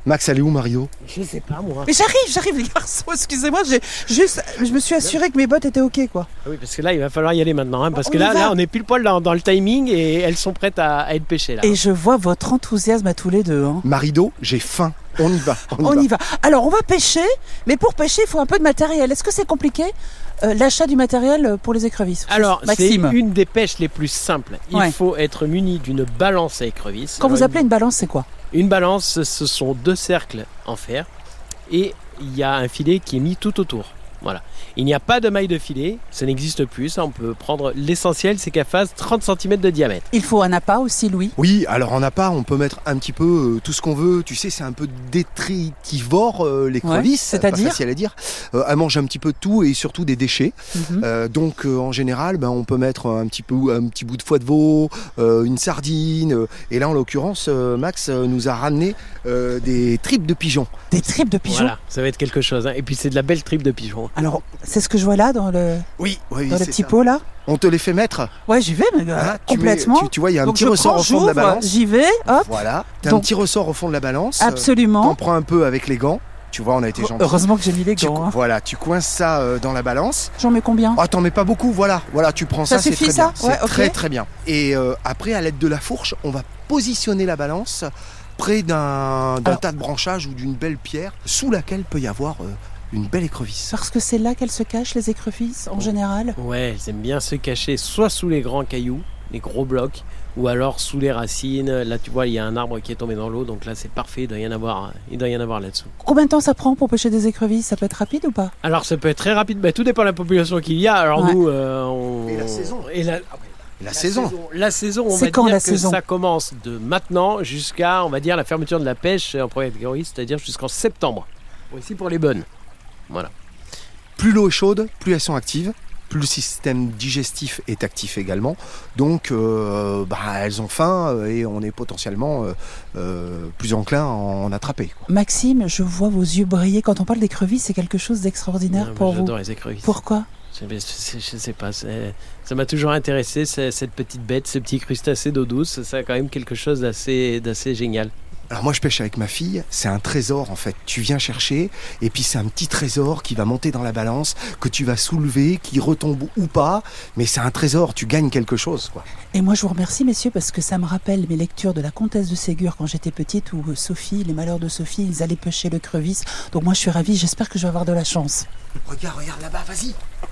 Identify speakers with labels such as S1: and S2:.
S1: Max, elle est où, Mario?
S2: Je sais pas, moi.
S3: Mais j'arrive les garçons, excusez-moi, je me suis assuré que mes bottes étaient ok quoi.
S2: Ah oui, parce que là, il va falloir y aller maintenant, hein, parce que
S3: On y
S2: là,
S3: va.
S2: on est pile poil dans le timing et elles sont prêtes à être pêchées là.
S3: Et je vois votre enthousiasme à tous les deux. Hein.
S1: Marido, j'ai faim. On y va.
S3: On y va. Alors on va pêcher, mais pour pêcher il faut un peu de matériel. Est-ce que c'est compliqué l'achat du matériel pour les écrevisses?
S2: Alors, c'est
S3: Maxime,
S2: une des pêches les plus simples. Il
S3: Ouais.
S2: faut être muni d'une balance à écrevisses.
S3: quand vous
S2: Alors,
S3: appelez une balance, c'est quoi?
S2: Une balance, ce sont 2 cercles en fer et il y a un filet qui est mis tout autour. Voilà. Il n'y a pas de maille de filet, ça n'existe plus. Ça, on peut prendre l'essentiel, c'est qu'elle fasse 30 cm de diamètre.
S3: Il faut un appât aussi, Louis.
S1: Oui, alors en appât, on peut mettre un petit peu tout ce qu'on veut. Tu sais, c'est un peu détritivore, l'écrevisse.
S3: Ouais, c'est-à-dire
S1: pas facile à dire. Elle mange un petit peu de tout et surtout des déchets. Donc en général, on peut mettre un petit bout de foie de veau, une sardine. Et là, en l'occurrence, Max nous a ramené des tripes de pigeon.
S3: Des tripes de pigeons.
S2: Voilà, ça va être quelque chose. Hein. Et puis c'est de la belle tripe de pigeon.
S3: Alors c'est ce que je vois là dans le
S1: Oui,
S3: dans le
S1: c'est
S3: petit
S1: ça.
S3: pot là.
S1: On te les fait mettre.
S3: Ouais, j'y vais, mais
S1: Hein, tu
S3: complètement.
S1: tu vois, il y a un
S3: Donc
S1: petit
S3: je
S1: ressort
S3: prends,
S1: au fond de la
S3: j'ouvre,
S1: balance.
S3: j'y vais, hop.
S1: Voilà, t'as un
S3: Donc-
S1: petit ressort au fond de la balance.
S3: Absolument.
S1: T'en prends un peu avec les gants. Tu vois, on a été gentils.
S3: Heureusement que j'ai mis les gants. Hein.
S1: Voilà, tu coinces ça dans la balance.
S3: J'en mets combien?
S1: Oh, t'en mets pas beaucoup, voilà, tu prends
S3: Ça
S1: ça, c'est
S3: suffit,
S1: très
S3: ça
S1: bien.
S3: Ouais,
S1: C'est
S3: ok.
S1: très très bien. Et après, à l'aide de la fourche, on va positionner la balance près d'un
S3: Alors-
S1: tas de branchages ou d'une belle pierre sous laquelle peut y avoir une belle écrevisse.
S3: Parce que c'est là qu'elles se cachent, les écrevisses, en général.
S2: Ouais, elles aiment bien se cacher soit sous les grands cailloux, les gros blocs, ou alors sous les racines. Là, tu vois, il y a un arbre qui est tombé dans l'eau, donc là, c'est parfait, il doit y en avoir là-dessous.
S3: Combien de temps ça prend pour pêcher des écrevisses? Ça peut être rapide ou pas?
S2: Alors, ça peut être très rapide, tout dépend de la population qu'il y a. Alors,
S3: Ouais.
S2: nous, on...
S1: Et la saison.
S2: Et la...
S1: La saison.
S2: La saison, on
S3: C'est
S2: va
S3: quand,
S2: dire
S3: la
S2: que
S3: saison
S2: ça commence de maintenant jusqu'à, on va dire, la fermeture de la pêche en première catégorie, c'est-à-dire jusqu'en septembre. Ici pour les bonnes. Voilà.
S1: Plus l'eau est chaude, plus elles sont actives. Plus le système digestif est actif également. Donc, elles ont faim et on est potentiellement plus enclin à en attraper, quoi.
S3: Maxime, je vois vos yeux briller. Quand on parle d'écrevisses, c'est quelque chose d'extraordinaire
S2: Ah,
S3: pour vous.
S2: j'adore les écrevisses.
S3: Pourquoi?
S2: Je sais pas, ça m'a toujours intéressé, cette petite bête, ces petits crustacés d'eau douce, ça a quand même quelque chose d'assez génial.
S1: Alors moi je pêche avec ma fille, c'est un trésor en fait. Tu viens chercher et puis c'est un petit trésor qui va monter dans la balance, que tu vas soulever, qui retombe ou pas, mais c'est un trésor, tu gagnes quelque chose, quoi.
S3: Et moi, je vous remercie, messieurs, parce que ça me rappelle mes lectures de la Comtesse de Ségur quand j'étais petite, où Sophie, les malheurs de Sophie, ils allaient pêcher l'écrevisse. Donc moi, je suis ravie, j'espère que je vais avoir de la chance.
S1: Regarde là-bas, vas-y.